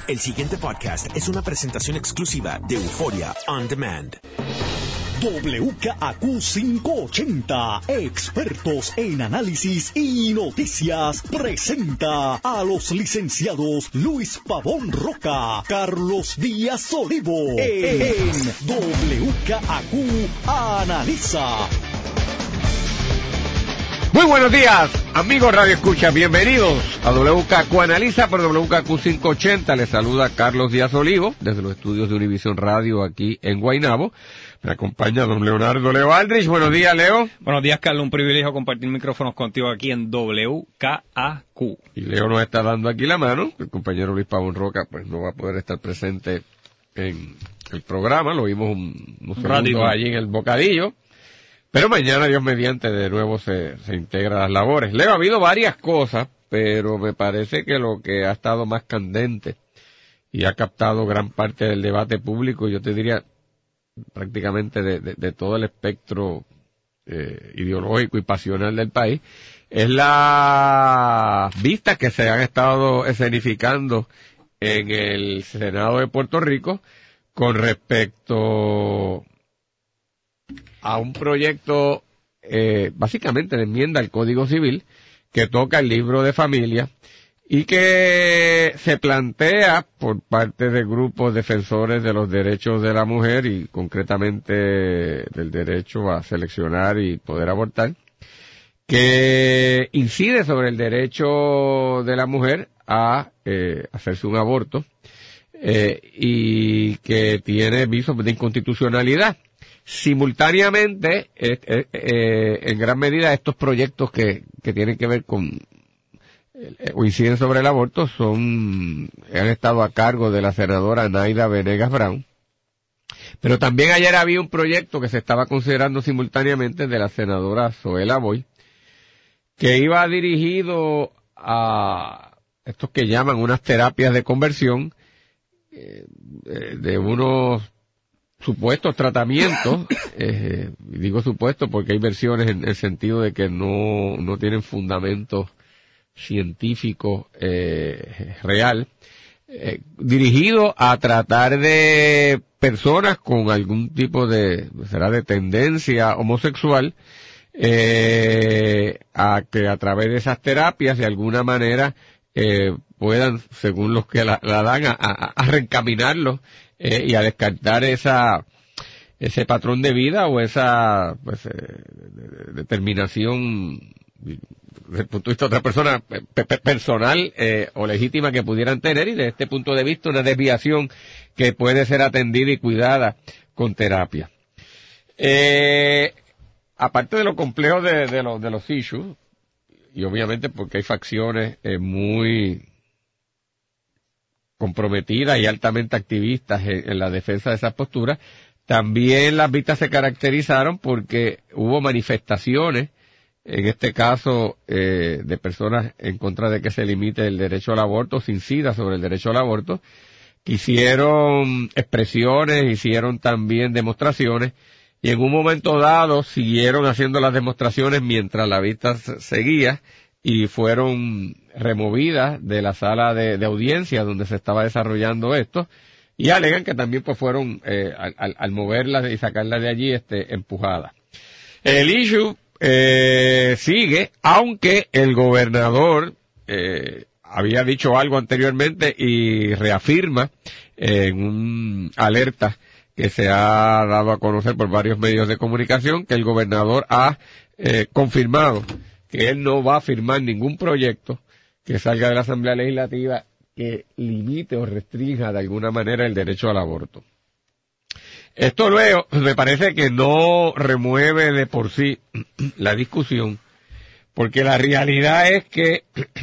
El siguiente podcast es una presentación exclusiva de Euphoria On Demand. WKAQ 580, expertos en análisis y noticias, presenta a los licenciados Luis Pavón Roca, Carlos Díaz Olivo, en WKAQ Analiza. Muy buenos días, amigos Radio Escucha, bienvenidos a WKAQ Analiza por WKAQ 580. Les saluda Carlos Díaz Olivo desde los estudios de Univisión Radio aquí en Guaynabo. Me acompaña don Leonardo Leo Aldrich. Buenos días, Leo. Buenos días, Carlos. Un privilegio compartir micrófonos contigo aquí en WKAQ. Y Leo nos está dando aquí la mano. El compañero Luis Pavón Roca pues no va a poder estar presente en el programa. Lo vimos unos segundos allí en el bocadillo. Pero mañana, Dios mediante, de nuevo se integra a las labores. Leo, ha habido varias cosas, pero me parece que lo que ha estado más candente y ha captado gran parte del debate público, yo te diría prácticamente de todo el espectro ideológico y pasional del país, es la vista que se han estado escenificando en el Senado de Puerto Rico con respecto a un proyecto básicamente de enmienda al Código Civil que toca el libro de familia y que se plantea por parte de grupos defensores de los derechos de la mujer y concretamente del derecho a seleccionar y poder abortar, que incide sobre el derecho de la mujer a hacerse un aborto y que tiene visos de inconstitucionalidad. Simultáneamente, en gran medida, estos proyectos que tienen que ver con o inciden sobre el aborto han estado a cargo de la senadora Naida Venegas Brown. Pero también ayer había un proyecto que se estaba considerando simultáneamente de la senadora Zoela Boy, que iba dirigido a estos que llaman unas terapias de conversión, de unos supuestos tratamientos, digo supuestos porque hay versiones en el sentido de que no tienen fundamento científico real, dirigido a tratar de personas con algún tipo de tendencia homosexual, a que a través de esas terapias de alguna manera puedan, según los que la dan, a reencaminarlos y a descartar ese patrón de vida o esa determinación desde el punto de vista de otra persona personal o legítima que pudieran tener, y desde este punto de vista una desviación que puede ser atendida y cuidada con terapia. Aparte de lo complejo de los issues, y obviamente porque hay facciones muy comprometidas y altamente activistas en la defensa de esas posturas, también las vistas se caracterizaron porque hubo manifestaciones, en este caso de personas en contra de que se limite el derecho al aborto, se incida sobre el derecho al aborto, que hicieron expresiones, hicieron también demostraciones, y en un momento dado siguieron haciendo las demostraciones mientras la vista seguía, y fueron removidas de la sala de audiencia donde se estaba desarrollando esto, y alegan que también pues fueron, al moverlas y sacarlas de allí, empujadas. El issue sigue, aunque el gobernador había dicho algo anteriormente y reafirma en un alerta que se ha dado a conocer por varios medios de comunicación, que el gobernador ha confirmado que él no va a firmar ningún proyecto que salga de la Asamblea Legislativa que limite o restrinja de alguna manera el derecho al aborto. Esto luego me parece que no remueve de por sí la discusión, porque la realidad es que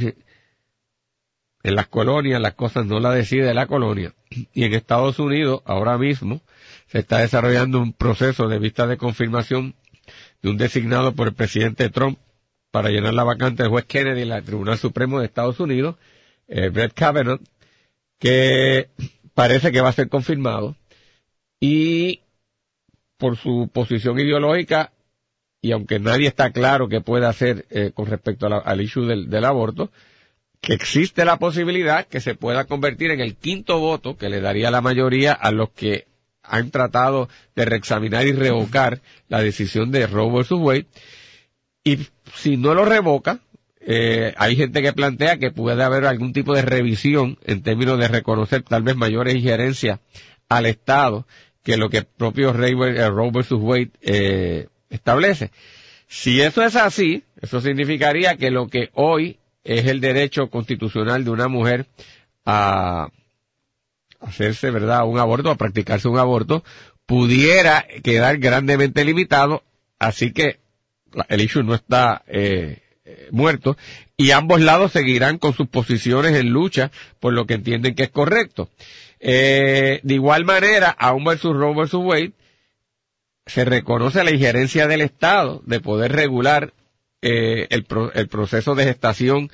en las colonias las cosas no las decide la colonia, y en Estados Unidos ahora mismo se está desarrollando un proceso de vista de confirmación de un designado por el presidente Trump para llenar la vacante del juez Kennedy en el Tribunal Supremo de Estados Unidos, Brett Kavanaugh, que parece que va a ser confirmado, y por su posición ideológica, y aunque nadie está claro qué puede hacer con respecto al issue del aborto, que existe la posibilidad que se pueda convertir en el quinto voto que le daría la mayoría a los que han tratado de reexaminar y revocar la decisión de Roe vs. Wade. Y si no lo revoca, hay gente que plantea que puede haber algún tipo de revisión en términos de reconocer tal vez mayores injerencias al Estado que lo que el propio Roe vs. Wade establece. Si eso es así, eso significaría que lo que hoy es el derecho constitucional de una mujer a hacerse, ¿verdad?, un aborto, a practicarse un aborto, pudiera quedar grandemente limitado, así que el issue no está muerto, y ambos lados seguirán con sus posiciones en lucha por lo que entienden que es correcto. De igual manera, aún versus Roe versus Wade, se reconoce la injerencia del Estado de poder regular el proceso de gestación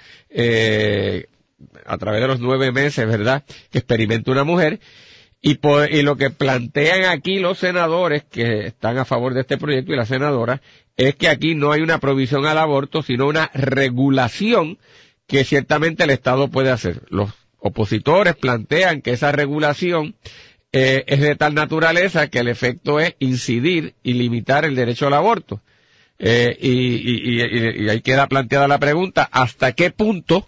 a través de los 9 meses, ¿verdad?, que experimenta una mujer, y lo que plantean aquí los senadores que están a favor de este proyecto y la senadora es que aquí no hay una provisión al aborto, sino una regulación que ciertamente el Estado puede hacer. Los opositores plantean que esa regulación es de tal naturaleza que el efecto es incidir y limitar el derecho al aborto. Y ahí queda planteada la pregunta, ¿hasta qué punto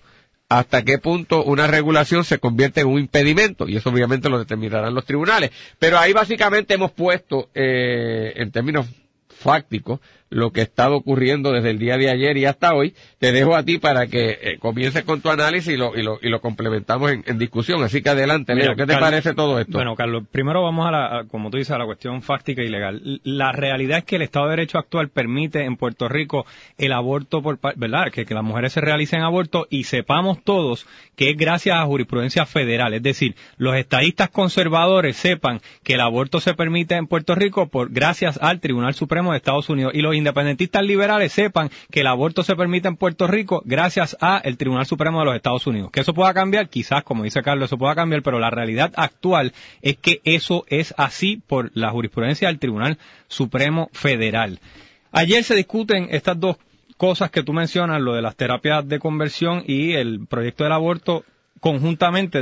una regulación se convierte en un impedimento? Y eso obviamente lo determinarán los tribunales. Pero ahí básicamente hemos puesto, en términos fácticos, lo que ha estado ocurriendo desde el día de ayer y hasta hoy. Te dejo a ti para que comiences con tu análisis y lo complementamos en discusión. Así que adelante, Leo. ¿Qué te parece todo esto? Bueno, Carlos, primero vamos como tú dices, a la cuestión fáctica y legal. La realidad es que el Estado de Derecho actual permite en Puerto Rico el aborto ¿verdad? Que las mujeres se realicen aborto, y sepamos todos que es gracias a jurisprudencia federal. Es decir, los estadistas conservadores sepan que el aborto se permite en Puerto Rico gracias al Tribunal Supremo de Estados Unidos, y los independentistas liberales sepan que el aborto se permite en Puerto Rico gracias al Tribunal Supremo de los Estados Unidos. Que eso pueda cambiar, quizás, como dice Carlos, eso pueda cambiar, pero la realidad actual es que eso es así por la jurisprudencia del Tribunal Supremo Federal. Ayer se discuten estas dos cosas que tú mencionas, lo de las terapias de conversión y el proyecto del aborto conjuntamente,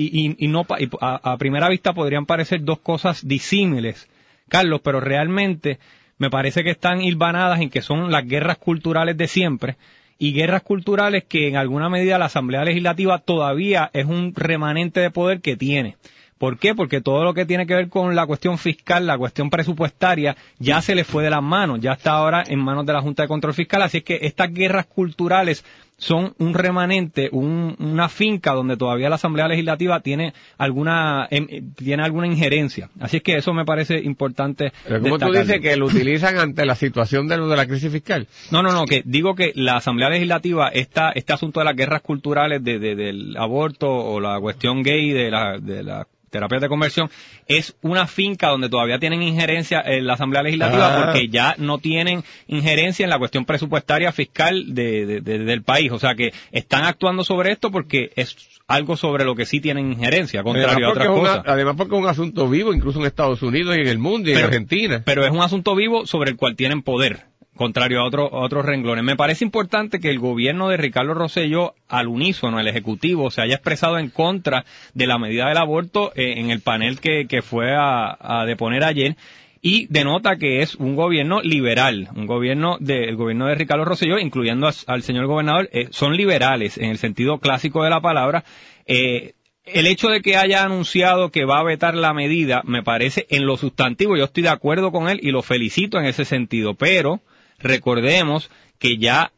a primera vista podrían parecer dos cosas disímiles, Carlos, pero realmente me parece que están hilvanadas en que son las guerras culturales de siempre, y guerras culturales que en alguna medida la Asamblea Legislativa todavía es un remanente de poder que tiene. ¿Por qué? Porque todo lo que tiene que ver con la cuestión fiscal, la cuestión presupuestaria, ya se le fue de las manos, ya está ahora en manos de la Junta de Control Fiscal, así es que estas guerras culturales son un remanente, una finca donde todavía la Asamblea Legislativa tiene alguna injerencia. Así es que eso me parece importante. Pero ¿cómo tú dices que lo utilizan ante la situación de la crisis fiscal? No, que digo que la Asamblea Legislativa, este asunto de las guerras culturales del aborto o la cuestión gay de la terapias de conversión, es una finca donde todavía tienen injerencia en la Asamblea Legislativa porque ya no tienen injerencia en la cuestión presupuestaria fiscal del país. O sea que están actuando sobre esto porque es algo sobre lo que sí tienen injerencia, contrario a otras cosas. Además porque es un asunto vivo, incluso en Estados Unidos y en el mundo y en Argentina. Pero es un asunto vivo sobre el cual tienen poder, contrario a otros renglones. Me parece importante que el gobierno de Ricardo Rosselló, al unísono, el Ejecutivo, se haya expresado en contra de la medida del aborto en el panel que fue a deponer ayer, y denota que es un gobierno liberal, el gobierno de Ricardo Rosselló, incluyendo al señor gobernador, son liberales en el sentido clásico de la palabra. El hecho de que haya anunciado que va a vetar la medida, me parece en lo sustantivo, yo estoy de acuerdo con él y lo felicito en ese sentido, pero recordemos que ya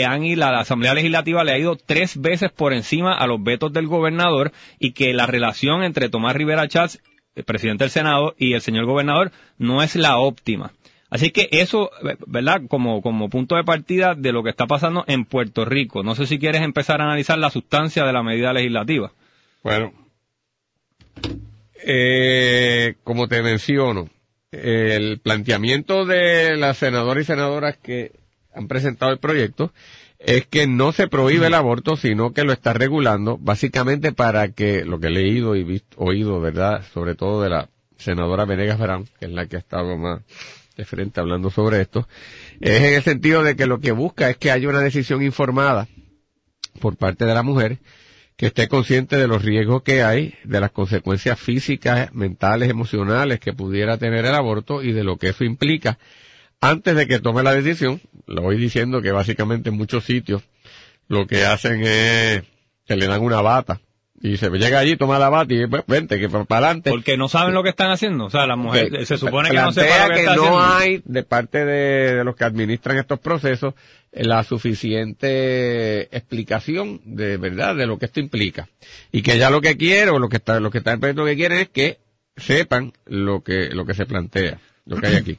la Asamblea Legislativa le ha ido 3 veces por encima a los vetos del gobernador, y que la relación entre Tomás Rivera Schatz, el presidente del Senado, y el señor gobernador no es la óptima. Así que eso, ¿verdad?, como punto de partida de lo que está pasando en Puerto Rico. No sé si quieres empezar a analizar la sustancia de la medida legislativa. Bueno, como te menciono, el planteamiento de las senadoras y senadoras que han presentado el proyecto es que no se prohíbe el aborto, sino que lo está regulando, básicamente para que, lo que he leído y oído, ¿verdad?, sobre todo de la senadora Venegas Brown, que es la que ha estado más de frente hablando sobre esto, es en el sentido de que lo que busca es que haya una decisión informada por parte de la mujer, que esté consciente de los riesgos que hay, de las consecuencias físicas, mentales, emocionales que pudiera tener el aborto y de lo que eso implica. Antes de que tome la decisión, lo voy diciendo que básicamente en muchos sitios lo que hacen es que le dan una bata. Y se llega allí, toma la bata y pues, vente, que para adelante. Porque no saben lo que están haciendo. O sea, la mujer se supone que no sepa lo que que está no haciendo. hay, de parte de los que administran estos procesos, la suficiente explicación de verdad de lo que esto implica. Y que ya lo que quiere, o lo que está en el proyecto que quiere es que sepan lo que se plantea, lo que hay aquí.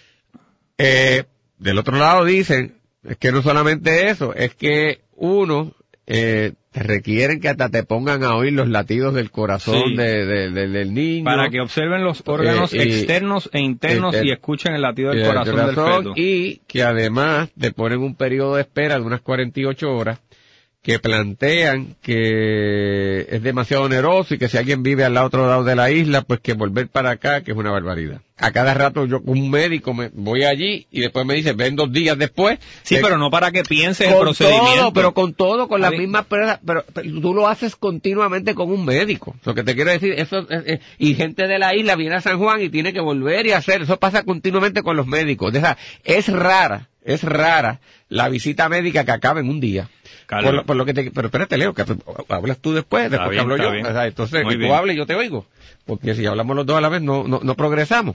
Del otro lado dicen, es que no solamente eso, es que te requieren que hasta te pongan a oír los latidos del corazón del niño. Para que observen los órganos externos e internos y escuchen el latido del corazón del feto. Y que además te ponen un periodo de espera de unas 48 horas que plantean que es demasiado oneroso y que si alguien vive al otro lado de la isla, pues que volver para acá, que es una barbaridad. A cada rato yo con un médico voy allí y después me dice, ven 2 días después. Sí, pero no para que pienses el procedimiento. Con las mismas pruebas, pero tú lo haces continuamente con un médico. Lo que te quiero decir, eso y gente de la isla viene a San Juan y tiene que volver y hacer, eso pasa continuamente con los médicos. O sea, es rara la visita médica que acaba en un día. Por lo que pero espérate, Leo, que hablas tú después que hablo yo. O sea, entonces, que tú hables y yo te oigo. Porque si hablamos los dos a la vez, no progresamos.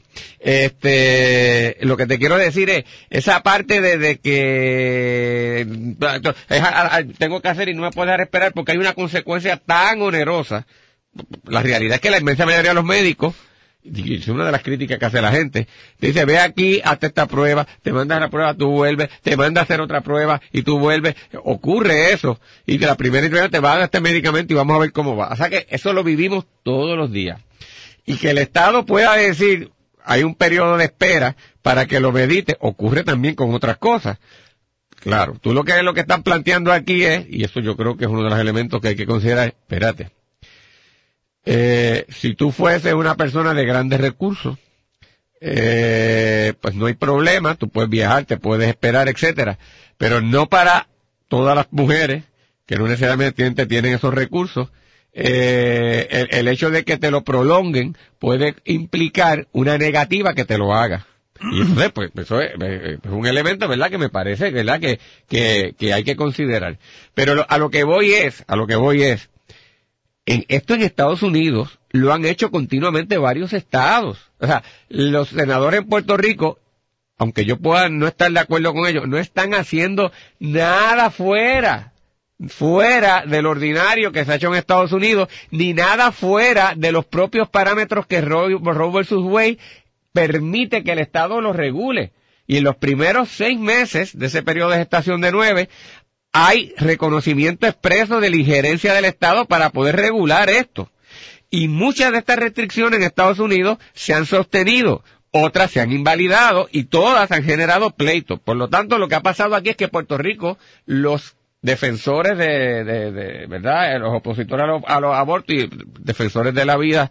Lo que te quiero decir es, esa parte de que tengo que hacer y no me puedo dejar esperar porque hay una consecuencia tan onerosa. La realidad es que la inmensa mayoría de los médicos, y es una de las críticas que hace la gente, te dice, ve aquí, hazte esta prueba, te mandas la prueba, tú vuelves, te manda a hacer otra prueba y tú vuelves. Ocurre eso, y que la primera entrega te va a dar este medicamento y vamos a ver cómo va. O sea que eso lo vivimos todos los días. Y que el Estado pueda decir, hay un periodo de espera para que lo medite, ocurre también con otras cosas. Claro, tú lo que están planteando aquí es, y eso yo creo que es uno de los elementos que hay que considerar, espérate, si tú fueses una persona de grandes recursos, pues no hay problema, tú puedes viajar, te puedes esperar, etcétera, pero no para todas las mujeres que no necesariamente tienen esos recursos. El hecho de que te lo prolonguen puede implicar una negativa que te lo haga. Y entonces, pues eso es un elemento, ¿verdad?, que me parece, ¿verdad?, que hay que considerar. Pero a lo que voy es, esto en Estados Unidos lo han hecho continuamente varios estados. O sea, los senadores en Puerto Rico, aunque yo pueda no estar de acuerdo con ellos, no están haciendo nada fuera del ordinario que se ha hecho en Estados Unidos, ni nada fuera de los propios parámetros que Roe versus Wade permite que el Estado los regule. Y en los primeros 6 meses de ese periodo de gestación de 9, hay reconocimiento expreso de la injerencia del Estado para poder regular esto. Y muchas de estas restricciones en Estados Unidos se han sostenido, otras se han invalidado y todas han generado pleitos. Por lo tanto, lo que ha pasado aquí es que Puerto Rico, los defensores de ¿verdad?, los opositores a los abortos y defensores de la vida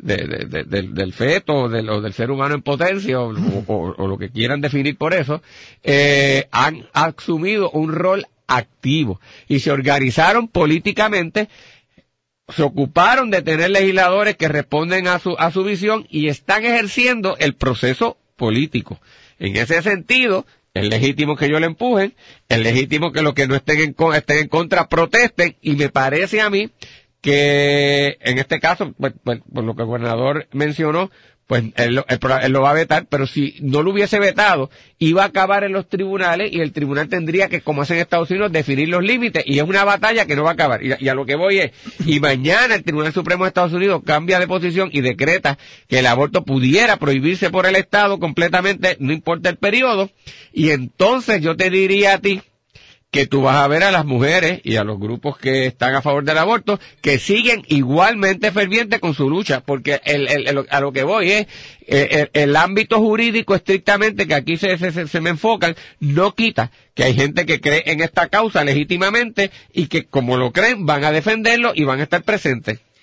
del feto o del ser humano en potencia o lo que quieran definir por eso, han asumido un rol activo y se organizaron políticamente, se ocuparon de tener legisladores que responden a su visión y están ejerciendo el proceso político. En ese sentido, es legítimo que ellos le empujen, es legítimo que los que no estén en contra protesten, y me parece a mí que en este caso, pues, por lo que el gobernador mencionó, pues él lo va a vetar, pero si no lo hubiese vetado, iba a acabar en los tribunales y el tribunal tendría que, como hacen en Estados Unidos, definir los límites, y es una batalla que no va a acabar. Y a lo que voy es, y mañana el Tribunal Supremo de Estados Unidos cambia de posición y decreta que el aborto pudiera prohibirse por el Estado completamente, no importa el periodo, y entonces yo te diría a ti que tú vas a ver a las mujeres y a los grupos que están a favor del aborto que siguen igualmente fervientes con su lucha, porque a lo que voy es el ámbito jurídico estrictamente que aquí se me enfocan, no quita que hay gente que cree en esta causa legítimamente y que como lo creen van a defenderlo y van a estar presentes.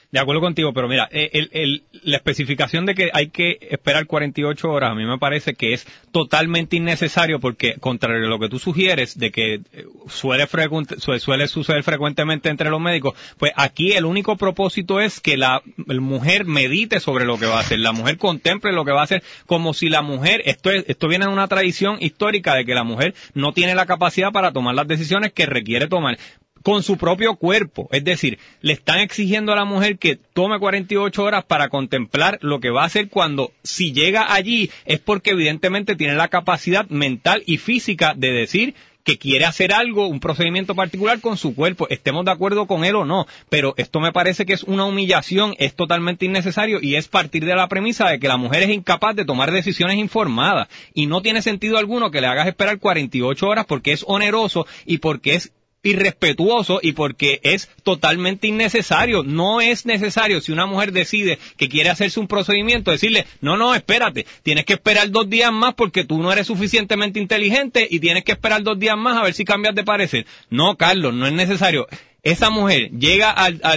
De acuerdo contigo, pero mira, la especificación de que hay que esperar 48 horas a mí me parece que es totalmente innecesario porque, contrario a lo que tú sugieres de que suele suceder frecuentemente entre los médicos, pues aquí el único propósito es que la mujer medite sobre lo que va a hacer, la mujer contemple lo que va a hacer, como si la mujer, esto viene de una tradición histórica de que la mujer no tiene la capacidad para tomar las decisiones que requiere tomar con su propio cuerpo. Es decir, le están exigiendo a la mujer que tome 48 horas para contemplar lo que va a hacer cuando, si llega allí, es porque evidentemente tiene la capacidad mental y física de decir que quiere hacer algo, un procedimiento particular con su cuerpo, estemos de acuerdo con él o no, pero esto me parece que es una humillación, es totalmente innecesario y es partir de la premisa de que la mujer es incapaz de tomar decisiones informadas y no tiene sentido alguno que le hagas esperar 48 horas porque es oneroso y porque es irrespetuoso y porque es totalmente innecesario. No es necesario, si una mujer decide que quiere hacerse un procedimiento, decirle, no, espérate, tienes que esperar 2 días más porque tú no eres suficientemente inteligente y tienes que esperar 2 días más a ver si cambias de parecer. No, Carlos, no es necesario. Esa mujer llega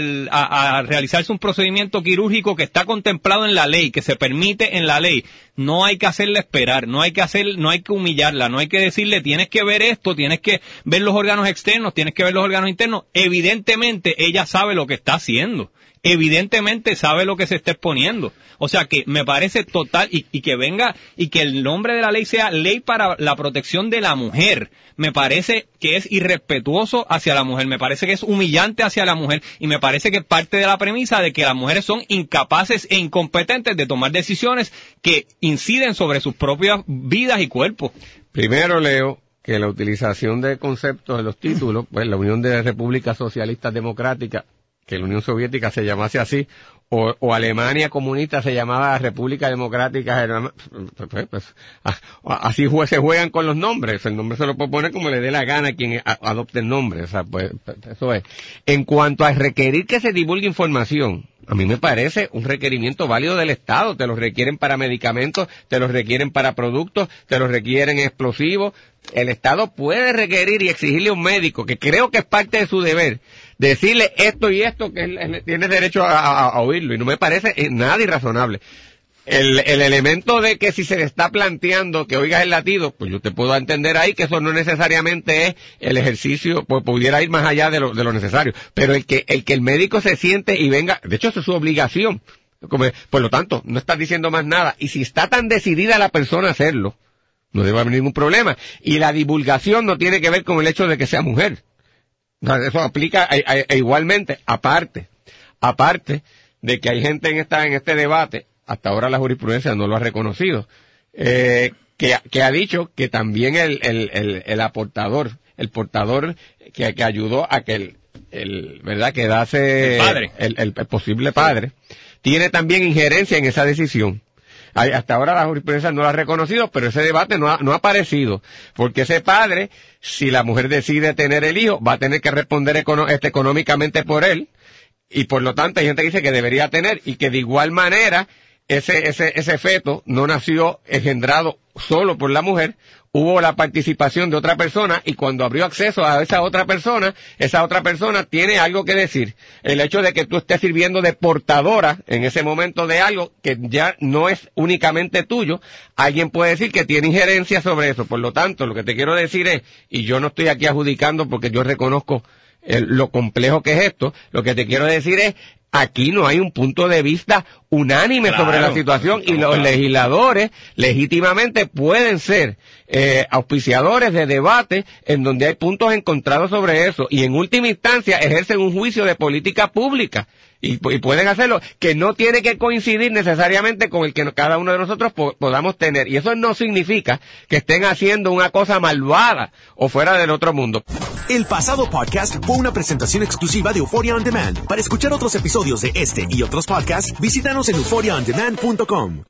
a realizarse un procedimiento quirúrgico que está contemplado en la ley, que se permite en la ley. No hay que hacerla esperar, no hay que humillarla, no hay que decirle tienes que ver esto, tienes que ver los órganos externos, tienes que ver los órganos internos. Evidentemente ella sabe lo que está haciendo. Evidentemente sabe lo que se está exponiendo. O sea que me parece total y que venga y que el nombre de la ley sea Ley para la Protección de la Mujer. Me parece que es irrespetuoso hacia la mujer, me parece que es humillante hacia la mujer y me parece que parte de la premisa de que las mujeres son incapaces e incompetentes de tomar decisiones que inciden sobre sus propias vidas y cuerpos. Primero, Leo, que la utilización de conceptos de los títulos, pues la Unión de Repúblicas Socialistas Democráticas, que la Unión Soviética se llamase así, o Alemania comunista se llamaba República Democrática, pues, así se juegan con los nombres, el nombre se lo puede poner como le dé la gana a quien adopte el nombre, o sea, pues, eso es. En cuanto a requerir que se divulgue información, a mí me parece un requerimiento válido del Estado, te lo requieren para medicamentos, te lo requieren para productos, te lo requieren explosivos, el Estado puede requerir y exigirle a un médico, que creo que es parte de su deber, decirle esto y esto, que él tiene derecho a oírlo, y no me parece nada irrazonable. El elemento de que si se le está planteando que oigas el latido, pues yo te puedo entender ahí que eso no necesariamente es el ejercicio, pues pudiera ir más allá de lo necesario, pero el que el médico se siente y venga, de hecho eso es su obligación, por lo tanto, no estás diciendo más nada, y si está tan decidida la persona a hacerlo, no debe haber ningún problema, y la divulgación no tiene que ver con el hecho de que sea mujer. Eso aplica igualmente, aparte de que hay gente en este debate, hasta ahora la jurisprudencia no lo ha reconocido, que ha dicho que también el portador que ayudó a que ¿verdad? Quedase el posible padre, tiene también injerencia en esa decisión. Hasta ahora la jurisprudencia no lo ha reconocido, pero ese debate no ha aparecido, porque ese padre, si la mujer decide tener el hijo, va a tener que responder económicamente por él, y por lo tanto hay gente que dice que debería tener, y que de igual manera ese feto no nació engendrado solo por la mujer, hubo la participación de otra persona, y cuando abrió acceso a esa otra persona tiene algo que decir. El hecho de que tú estés sirviendo de portadora en ese momento de algo que ya no es únicamente tuyo, alguien puede decir que tiene injerencia sobre eso. Por lo tanto, lo que te quiero decir es, y yo no estoy aquí adjudicando porque yo reconozco lo complejo que es esto, lo que te quiero decir es, aquí no hay un punto de vista unánime sobre la situación, y los legisladores legítimamente pueden ser auspiciadores de debate en donde hay puntos encontrados sobre eso, y en última instancia ejercen un juicio de política pública, y pueden hacerlo, que no tiene que coincidir necesariamente con el que cada uno de nosotros podamos tener, y eso no significa que estén haciendo una cosa malvada o fuera del otro mundo. El pasado podcast fue una presentación exclusiva de Euphoria On Demand. Para escuchar otros episodios de este y otros podcasts, visítanos en euphoriaondemand.com.